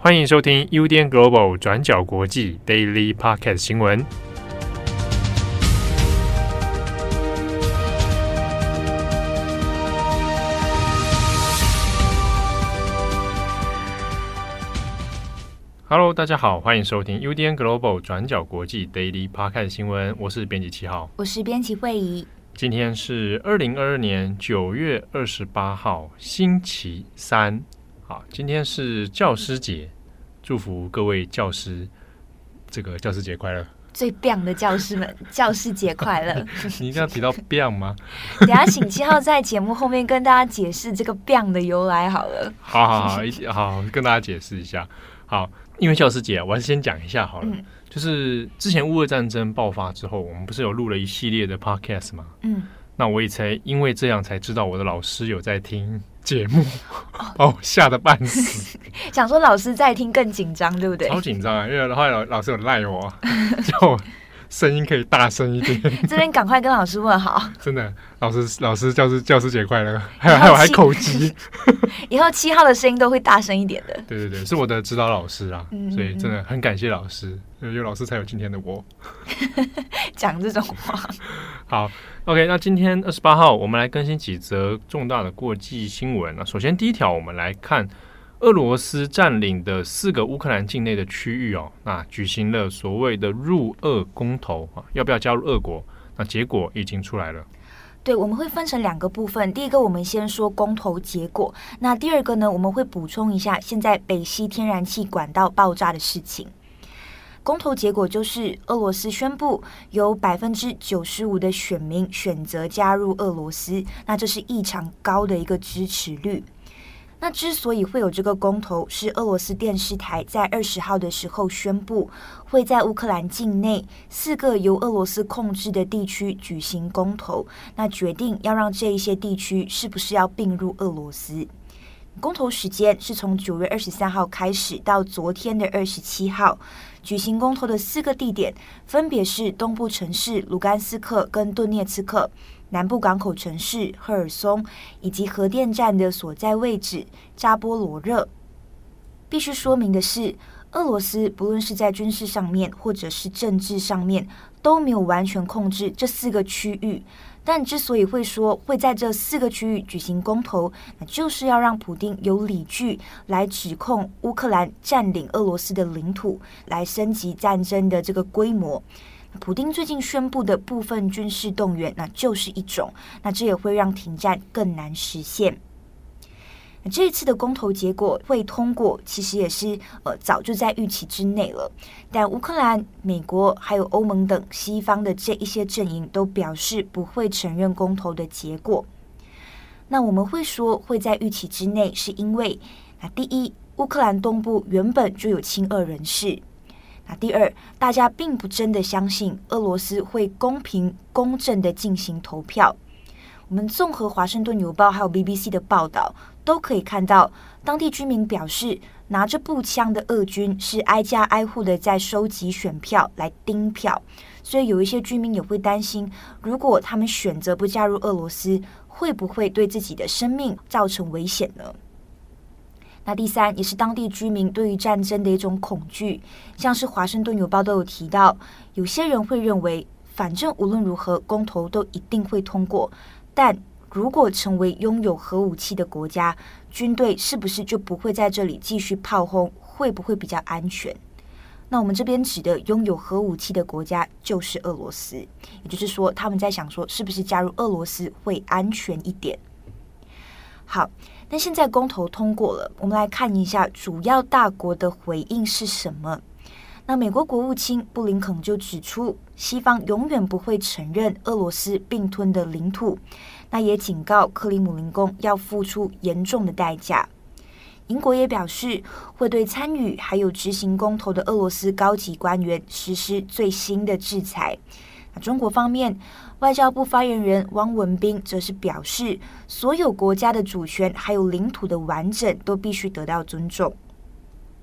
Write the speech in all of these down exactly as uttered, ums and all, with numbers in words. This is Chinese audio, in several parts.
欢迎收听 U D N Global 转角国际 Daily Podcast 新闻。Hello， 大家好，欢迎收听 U D N Global 转角国际 Daily Podcast 新闻，我是编辑七号， 我是编辑慧仪。 今天是二零二二年九月二十八号，星期三。好，今天是教师节，祝福各位教师，这个教师节快乐！ 最棒的教师们，教师节快乐！ 你一定要提到棒吗？ 等一下请七号在节目后面跟大家解释这个棒的由来好了。 好好好，一起好跟大家解释一下。好，因为教师节，我还是先讲一下好了。嗯，就是之前乌俄战争爆发之后，我们不是有录了一系列的 podcast 吗？嗯，那我也才因为这样才知道我的老师有在听节目，把我吓得半死。 想说老师在听更紧张，对不对？ 超紧张啊！因为后来 老, 老师有赖我，叫我声音可以大声一点。 这边赶快跟老师问好。 真的，老师老师教师教师节快乐！还有还有还口急。 以后七号的声音都会大声一点的。 对对对，是我的指导老师啊，嗯嗯嗯，所以真的很感谢老师，有老师才有今天的我。 讲这种话。 好 ，OK， 那今天二十八号，我们来更新几则重大的国际新闻啊。首先，第一条，我们来看俄罗斯占领的四个乌克兰境内的区域哦，那举行了所谓的入俄公投啊，要不要加入俄国？那结果已经出来了。 对，我们会分成两个部分。第一个，我们先说公投结果。那第二个呢，我们会补充一下现在北溪天然气管道爆炸的事情。公投结果就是俄罗斯宣布有百分之九十五的选民选择加入俄罗斯，那这是异常高的一个支持率。那之所以会有这个公投，是俄罗斯电视台在二十号的时候宣布，会在乌克兰境内四个由俄罗斯控制的地区举行公投，那决定要让这一些地区是不是要并入俄罗斯。公投时间是从九月二十三号开始到昨天的二十七号，举行公投的四个地点分别是东部城市卢甘斯克跟顿涅茨克，南部港口城市赫尔松，以及核电站的所在位置扎波罗热。必须说明的是，俄罗斯不论是在军事上面或者是政治上面都没有完全控制这四个区域，但之所以会说会在这四个区域举行公投，那就是要让普丁有理据来指控乌克兰占领俄罗斯的领土，来升级战争的这个规模。普丁最近宣布的部分军事动员，那就是一种，那这也会让停战更难实现。这一次的公投结果会通过，其实也是呃早就在预期之内了。但乌克兰、美国还有欧盟等西方的这一些阵营都表示不会承认公投的结果。那我们会说会在预期之内，是因为那第一，乌克兰东部原本就有亲俄人士。那第二，大家并不真的相信俄罗斯会公平公正的进行投票。我们综合华盛顿邮报还有 B B C 的报道，都可以看到当地居民表示，拿着步枪的俄军是挨家挨户的在收集选票来盯票，所以有一些居民也会担心，如果他们选择不加入俄罗斯，会不会对自己的生命造成危险呢？那第三，也是当地居民对于战争的一种恐惧，像是华盛顿邮报都有提到，有些人会认为，反正无论如何公投都一定会通过，但如果成为拥有核武器的国家，军队是不是就不会在这里继续炮轰？会不会比较安全？那我们这边指的拥有核武器的国家就是俄罗斯，也就是说，他们在想说，是不是加入俄罗斯会安全一点？好，那现在公投通过了，我们来看一下主要大国的回应是什么。那美国国务卿布林肯就指出，西方永远不会承认俄罗斯并吞的领土，那也警告克里姆林宫要付出严重的代价。英国也表示，会对参与还有执行公投的俄罗斯高级官员实施最新的制裁。那中国方面，外交部发言人汪文斌则是表示，所有国家的主权还有领土的完整都必须得到尊重。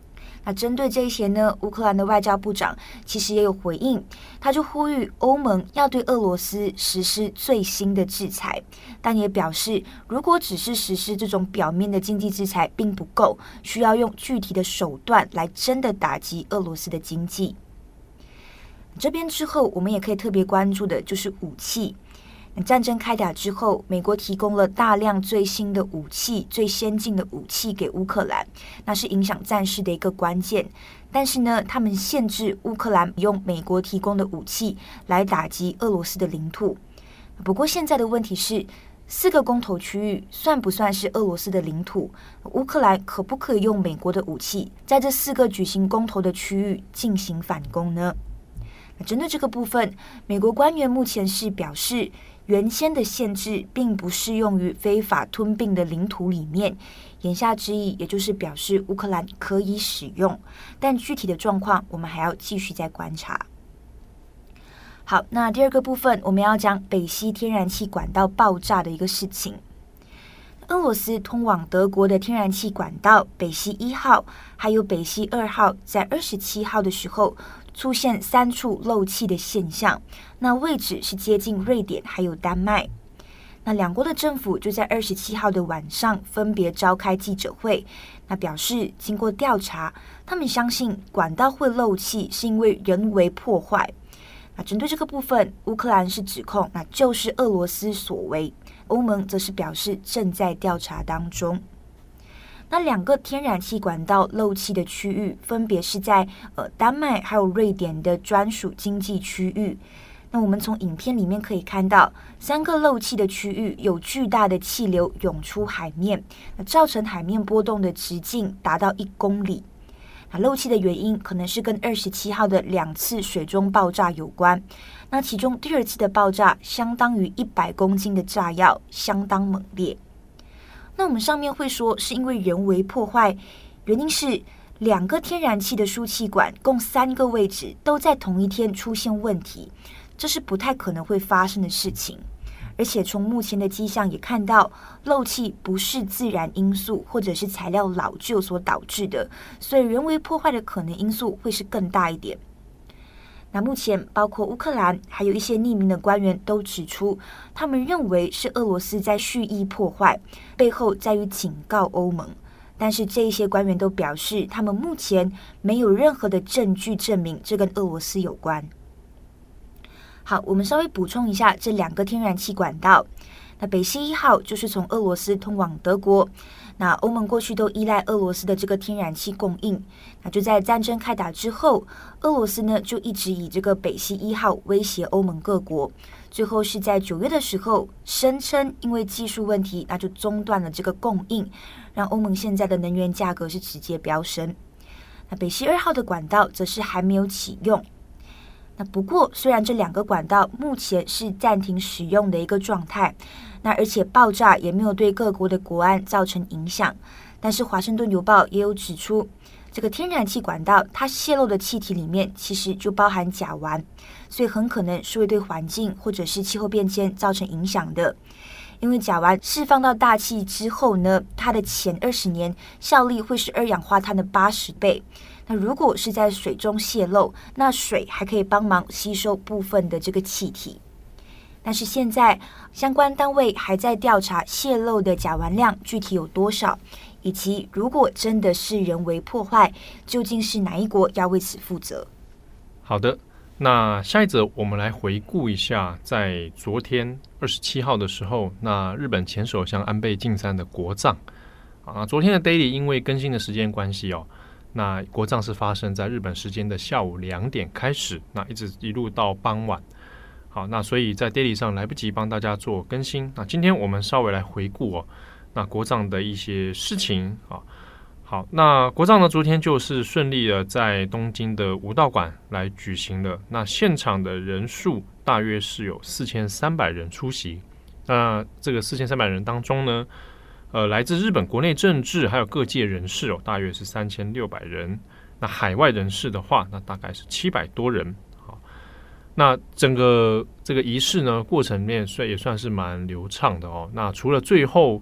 那针对这一些呢，乌克兰的外交部长其实也有回应，他就呼吁欧盟要对俄罗斯实施最新的制裁，但也表示，如果只是实施这种表面的经济制裁并不够，需要用具体的手段来真的打击俄罗斯的经济。这边之后，我们也可以特别关注的就是武器。战争开打之后，美国提供了大量最新的武器、最先进的武器给乌克兰，那是影响战事的一个关键。但是呢，他们限制乌克兰用美国提供的武器来打击俄罗斯的领土。不过现在的问题是，四个公投区域算不算是俄罗斯的领土？乌克兰可不可以用美国的武器在这四个举行公投的区域进行反攻呢？针对这个部分，美国官员目前是表示，原先的限制并不适用于非法吞并的领土里面，言下之意也就是表示乌克兰可以使用，但具体的状况我们还要继续再观察。好，那第二个部分我们要讲北溪天然气管道爆炸的一个事情。俄罗斯通往德国的天然气管道北溪一号还有北溪二号在二十七号的时候出现三处漏气的现象，那位置是接近瑞典还有丹麦。那两国的政府就在二十七号的晚上分别召开记者会，那表示经过调查，他们相信管道会漏气是因为人为破坏。那针对这个部分，乌克兰是指控那就是俄罗斯所为，欧盟则是表示正在调查当中。那两个天然气管道漏气的区域分别是在呃丹麦还有瑞典的专属经济区域。那我们从影片里面可以看到，三个漏气的区域有巨大的气流涌出海面，那造成海面波动的直径达到一公里。那漏气的原因可能是跟二十七号的两次水中爆炸有关。那其中第二次的爆炸相当于一百公斤的炸药，相当猛烈。那我们上面会说是因为人为破坏，原因是两个天然气的输气管共三个位置都在同一天出现问题，这是不太可能会发生的事情。而且从目前的迹象也看到，漏气不是自然因素或者是材料老旧所导致的，所以人为破坏的可能因素会是更大一点。那目前包括乌克兰还有一些匿名的官员都指出，他们认为是俄罗斯在蓄意破坏，背后在于警告欧盟。但是这一些官员都表示，他们目前没有任何的证据证明这跟俄罗斯有关。好，我们稍微补充一下这两个天然气管道。那北溪一号就是从俄罗斯通往德国，那欧盟过去都依赖俄罗斯的这个天然气供应。那就在战争开打之后，俄罗斯呢就一直以这个北溪一号威胁欧盟各国，最后是在九月的时候声称因为技术问题，那就中断了这个供应，让欧盟现在的能源价格是直接飙升。那北溪二号的管道则是还没有启用。那不过，虽然这两个管道目前是暂停使用的一个状态，那而且爆炸也没有对各国的国安造成影响，但是华盛顿邮报也有指出，这个天然气管道它泄漏的气体里面其实就包含甲烷，所以很可能是会对环境或者是气候变迁造成影响的。因为甲烷释放到大气之后呢，它的前二十年效力会是二氧化碳的八十倍。那如果是在水中泄漏，那水还可以帮忙吸收部分的这个气体。但是现在相关单位还在调查泄漏的甲烷量具体有多少，以及如果真的是人为破坏，究竟是哪一国要为此负责？ 好的，那下一则我们来回顾一下，在昨天二十七号的时候，那日本前首相安倍晋三的国葬啊，昨天的 Daily 因为更新的时间关系哦，那国葬是发生在日本时间的下午两点开始，那一直一路到傍晚。好，那所以在 Daily 上来不及帮大家做更新。那今天我们稍微来回顾哦，那国葬的一些事情啊。好，那国葬呢，昨天就是顺利的在东京的武道馆来举行了。那现场的人数大约是有四千三百人出席。那这个四千三百人当中呢，呃，来自日本国内政治还有各界人士哦，大约是三千六百人。那海外人士的话，那大概是七百多人。好，那整个这个仪式呢，过程面算也算是蛮流畅的哦。那除了最后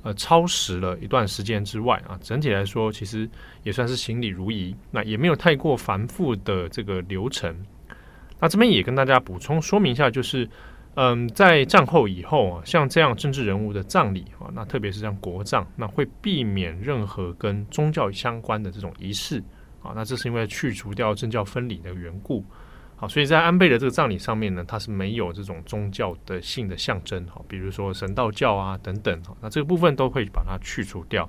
呃超时了一段时间之外啊，整体来说其实也算是行礼如仪，那也没有太过繁复的这个流程。那这边也跟大家补充说明一下，就是嗯，在战后以后啊，像这样政治人物的葬礼啊，那特别是像国葬，那会避免任何跟宗教相关的这种仪式啊，那这是因为去除掉政教分离的缘故。好，所以在安倍的这个葬礼上面呢，它是没有这种宗教的性的象征，好，比如说神道教啊等等，那这个部分都会把它去除掉。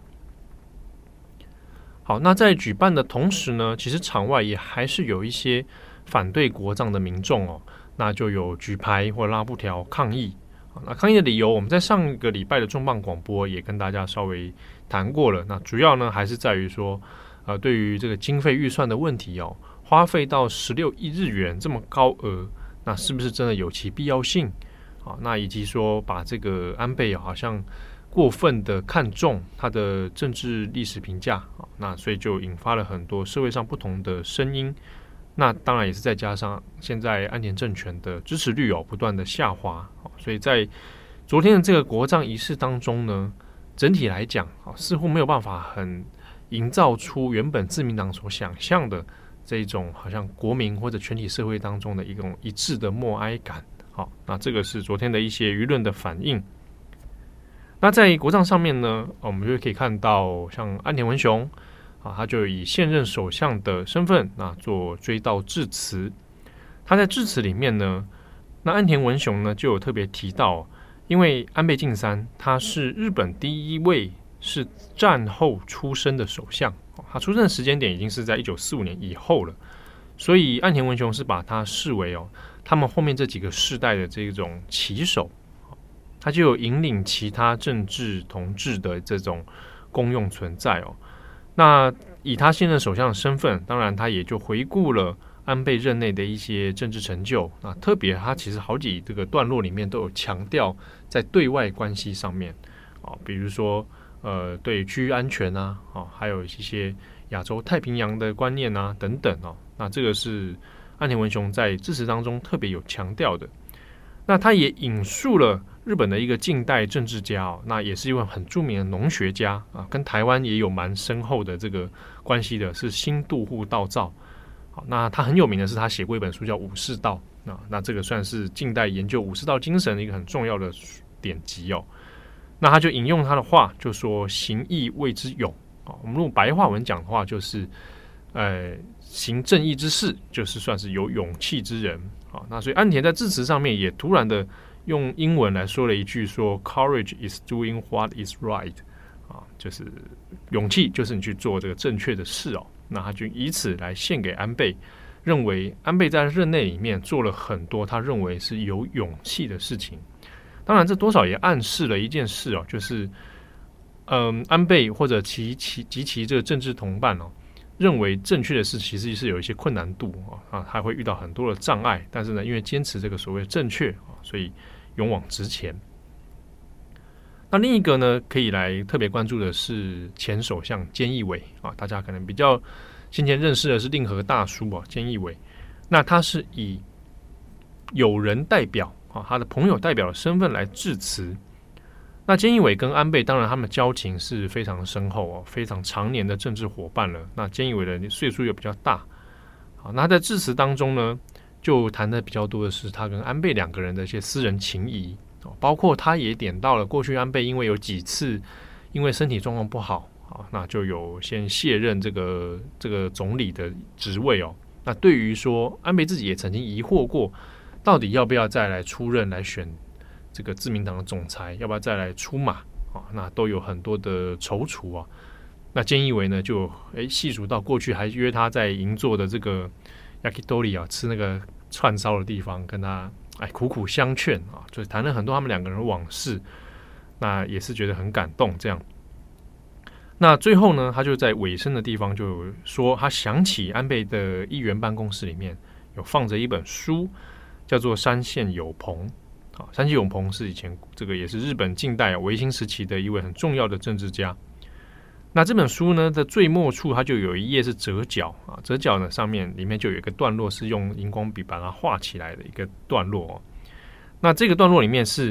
好，那在举办的同时呢，其实场外也还是有一些反对国葬的民众哦，那就有举牌或拉布条抗议。那抗议的理由，我们在上一个礼拜的重磅广播也跟大家稍微谈过了。那主要呢还是在于说，呃，对于这个经费预算的问题哦，花费到十六亿日元这么高额，那是不是真的有其必要性？啊，那以及说把这个安倍好像过分的看重他的政治历史评价啊，那所以就引发了很多社会上不同的声音。那当然也是再加上现在安田政权的支持率哦不断的下滑，所以在昨天的这个国葬仪式当中呢，整体来讲似乎没有办法很营造出原本自民党所想象的这种好像国民或者全体社会当中的一种一致的默哀感。好，那这个是昨天的一些舆论的反应。那在国葬上面呢，我们就可以看到像安田文雄啊，他就以现任首相的身份啊做追悼致辞。他在致辞里面呢，那安田文雄呢就有特别提到，因为安倍晋三他是日本第一位是战后出生的首相，他出生的时间点已经是在一九四五年以后了，所以安田文雄是把他视为哦他们后面这几个世代的这种旗手，他就有引领其他政治同志的这种功用存在哦。那以他现任首相的身份，当然他也就回顾了安倍任内的一些政治成就。那特别他其实好几这个段落里面都有强调在对外关系上面啊，比如说呃对区域安全啊，啊还有一些亚洲太平洋的观念啊等等哦。那这个是安田文雄在致辞当中特别有强调的。那他也引述了日本的一个近代政治家哦，那也是一位很著名的农学家啊，跟台湾也有蛮深厚的这个关系的，是新渡户道造。好，那他很有名的是他写过一本书叫《武士道》啊，那这个算是近代研究武士道精神的一个很重要的典籍哦。那他就引用他的话，就说行义谓之勇啊，我们用白话文讲的话就是，呃，行正义之事，就是算是有勇气之人。好，那所以安田在致辞上面也突然的用英文来说了一句说 Courage is doing what is right 啊，就是勇气就是你去做这个正确的事哦。那他就以此来献给安倍，认为安倍在任内里面做了很多他认为是有勇气的事情。当然这多少也暗示了一件事哦，就是嗯，安倍或者其其及其这个政治同伴哦，认为正确的事其实是有一些困难度啊，他会遇到很多的障碍，但是呢，因为坚持这个所谓正确啊，所以勇往直前。那另一个呢，可以来特别关注的是前首相菅义伟啊，大家可能比较先前认识的是令和大叔啊，菅义伟。那他是以友人代表啊，他的朋友代表的身份来致辞。那菅义伟跟安倍当然他们交情是非常深厚哦，非常常年的政治伙伴了。那菅义伟的岁数又比较大，好，那他在致辞当中呢，就谈的比较多的是他跟安倍两个人的一些私人情谊，包括他也点到了过去安倍因为有几次因为身体状况不好，好，那就有先卸任这个这个总理的职位哦。那对于说安倍自己也曾经疑惑过，到底要不要再来出任来选这个自民党的总裁，要不要再来出马啊？那都有很多的踌躇啊。那菅义伟呢，就诶细数到过去还约他在银座的这个 yakitori 啊，吃那个串烧的地方，跟他哎苦苦相劝啊，就谈了很多他们两个人的往事。那也是觉得很感动这样。那最后呢，他就在尾声的地方就说，他想起安倍的议员办公室里面有放着一本书，叫做山县有朋。好，山县有朋是以前这个也是日本近代维新时期的一位很重要的政治家。那这本书呢的最末处，它就有一页是折角啊，折角呢上面里面就有一个段落是用荧光笔把它画起来的一个段落哦。那这个段落里面是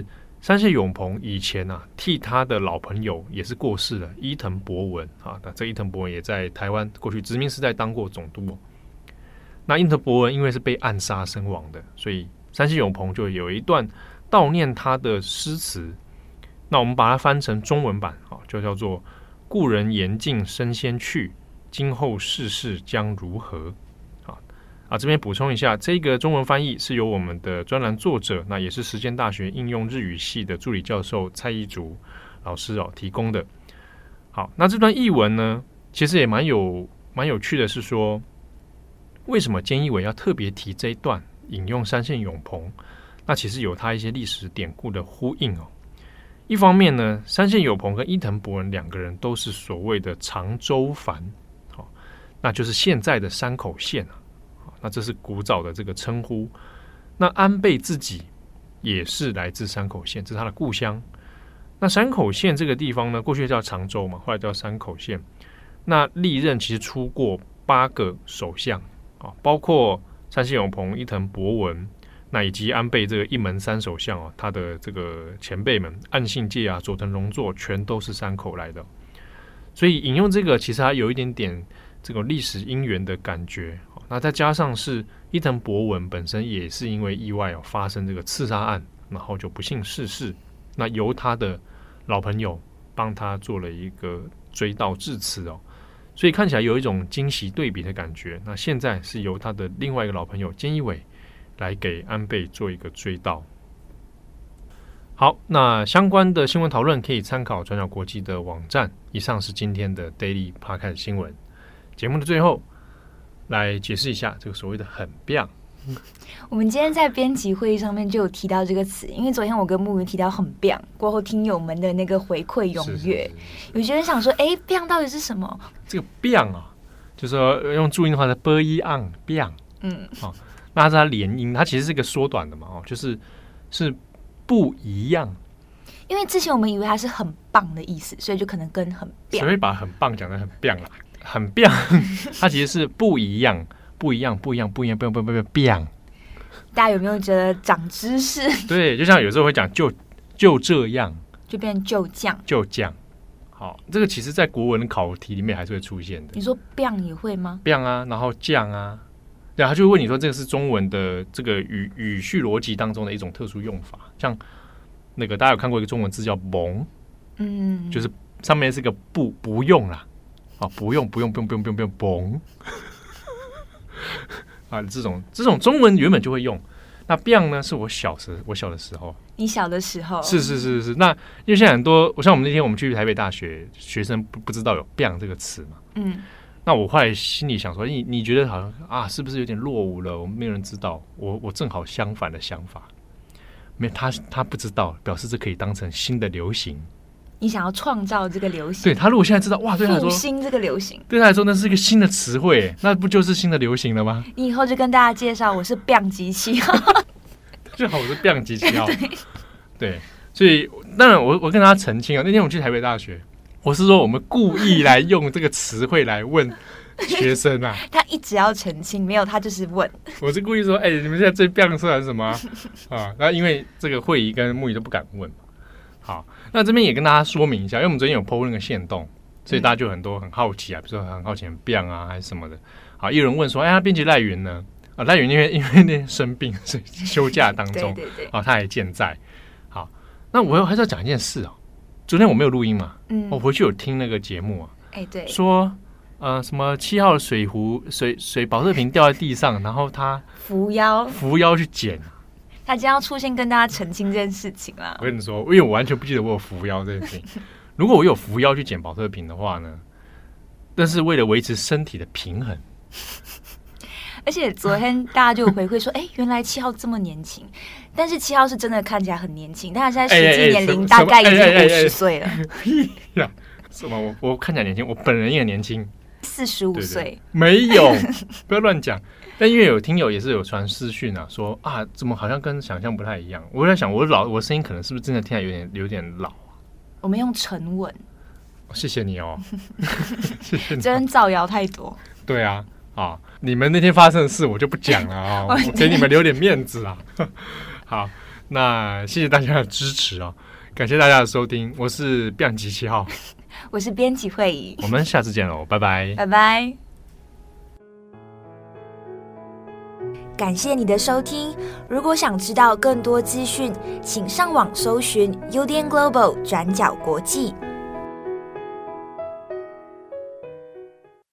山下永朋以前啊，替他的老朋友也是过世了伊藤博文啊，那这伊藤博文也在台湾过去殖民时代当过总督、哦。那伊藤博文因为是被暗杀身亡的，所以山下永朋就有一段悼念他的诗词。那我们把它翻成中文版啊，就叫做“故人言尽身先去，今后世事将如何”。啊，这边补充一下，这个中文翻译是由我们的专栏作者，那也是实践大学应用日语系的助理教授蔡一竹老师哦提供的。好，那这段译文呢，其实也蛮有蛮有趣的，是说为什么菅义伟要特别提这一段引用山县永朋？那其实有他一些历史典故的呼应哦。一方面呢，山县永朋跟伊藤博文两个人都是所谓的长州藩，好，那就是现在的山口县啊。那这是古早的这个称呼。那安倍自己也是来自山口县，这是他的故乡。那山口县这个地方呢，过去叫常州嘛，后来叫山口县。那历任其实出过八个首相啊，包括山县永朋、伊藤博文，那以及安倍这个一门三首相啊，他的这个前辈们岸信介啊、佐藤荣作，全都是山口来的。所以引用这个，其实还有一点点这个历史因缘的感觉。那再加上是伊藤博文本身也是因为意外哦发生这个刺杀案，然后就不幸逝世。那由他的老朋友帮他做了一个追悼致辞哦，所以看起来有一种惊喜对比的感觉。那现在是由他的另外一个老朋友菅义伟来给安倍做一个追悼。好，那相关的新闻讨论可以参考转角国际的网站。以上是今天的 Daily Podcast 新闻。节目的最后，来解释一下这个所谓的很棒。 我们今天在编辑会议上面就有提到这个词，因为昨天我跟木鱼提到很棒，过后听友们的那个回馈踊跃，有些人想说，哎，棒到底是什么？ 这个棒啊，就是说用注音的话是 b i ang 棒，嗯，好，那它是它连音，它其实是一个缩短的嘛，哦，就是是不一样。 因为之前我们以为它是很棒的意思，所以就可能跟很棒， 谁会把很棒讲得很棒啦？很棒，它其实是不一样。不一样，不一样，不一样，不一样，不一样，不一样。 大家有没有觉得长知识？ 对，就像有时候会讲就就这样， 就变就酱， 就酱。好，这个其实在国文考题里面还是会出现的。 你说 biang 也会吗 ？biang 啊，然后酱啊，对，他就会问你说这个是中文的这个语语序逻辑当中的一种特殊用法。像那个大家有看过一个中文字叫蒙，嗯，就是上面是个不不用啦，啊，不用不用不用不用不用不用蒙。啊，这种这种中文原本就会用。那 biang 呢，是我小时我小的时候， 你小的时候， 是是是是。那因为现在很多，像我们那天我们去台北大学，学生不不知道有 biang 这个词嘛，嗯。那我后来心里想说，你你觉得好像啊，是不是有点落伍了？我们没有人知道。我我正好相反的想法，没他他不知道，表示这可以当成新的流行。 你想要创造这个流行， 对他如果现在知道哇，对他来说复兴这个流行， 对他来说那是一个新的词汇，那不就是新的流行了吗？ 你以后就跟大家介绍我是 biang 机器号， 就好，我是 biang 机器号，对，所以当然我我跟他澄清啊，那天我去台北大学，我是说我们故意来用这个词汇来问学生啊， 他一直要澄清，没有他就是问， 我是故意说，哎、欸，你们现在最 biang 出来是什么啊？啊，然后因为这个会议跟木鱼都不敢问嘛。好，那这边也跟大家说明一下，因为我们昨天有 po 那个限动，所以大家就很多很好奇啊，比如说很好奇很 biang 啊还是什么的。好，有人问说，哎，他编辑赖云呢？啊，赖云因为因为那天生病，所以休假当中，对对对，啊，他还健在。好，那我还是要讲一件事哦。昨天我没有录音嘛，嗯，我回去有听那个节目啊， 哎对， 说呃什么七号水壶水水保特瓶掉在地上，然后他扶腰扶腰去捡。 他将要出现跟大家澄清这件事情啦。 我跟你说，因为我完全不记得我有扶腰这件事情。如果我有扶腰去捡保特瓶的话呢，那是为了维持身体的平衡。 而且昨天大家就有回馈说，哎、欸，原来七号这么年轻，但是七号是真的看起来很年轻，但他现在实际年龄大概已经五十岁了。 呀，什么？我我看起来年轻，我本人也年轻， 四十五岁。 没有，不要乱讲。但因为有听友也是有传私讯啊，说啊，怎么好像跟想象不太一样？我在想，我老我声音可能是不是真的听起来有点有点老啊？ 我们用沉稳。 谢谢你哦，谢谢你、哦。 真造谣太多。 对啊，啊，你们那天发生的事我就不讲了啊、哦，我给你们留点面子啊。好， 那谢谢大家的支持啊，感谢大家的收听，我是编辑七号， 我是编辑会议， 我们下次见喽，拜拜， 拜拜。感谢你的收听，如果想知道更多资讯，请上网搜寻 U D N Global 转角国际。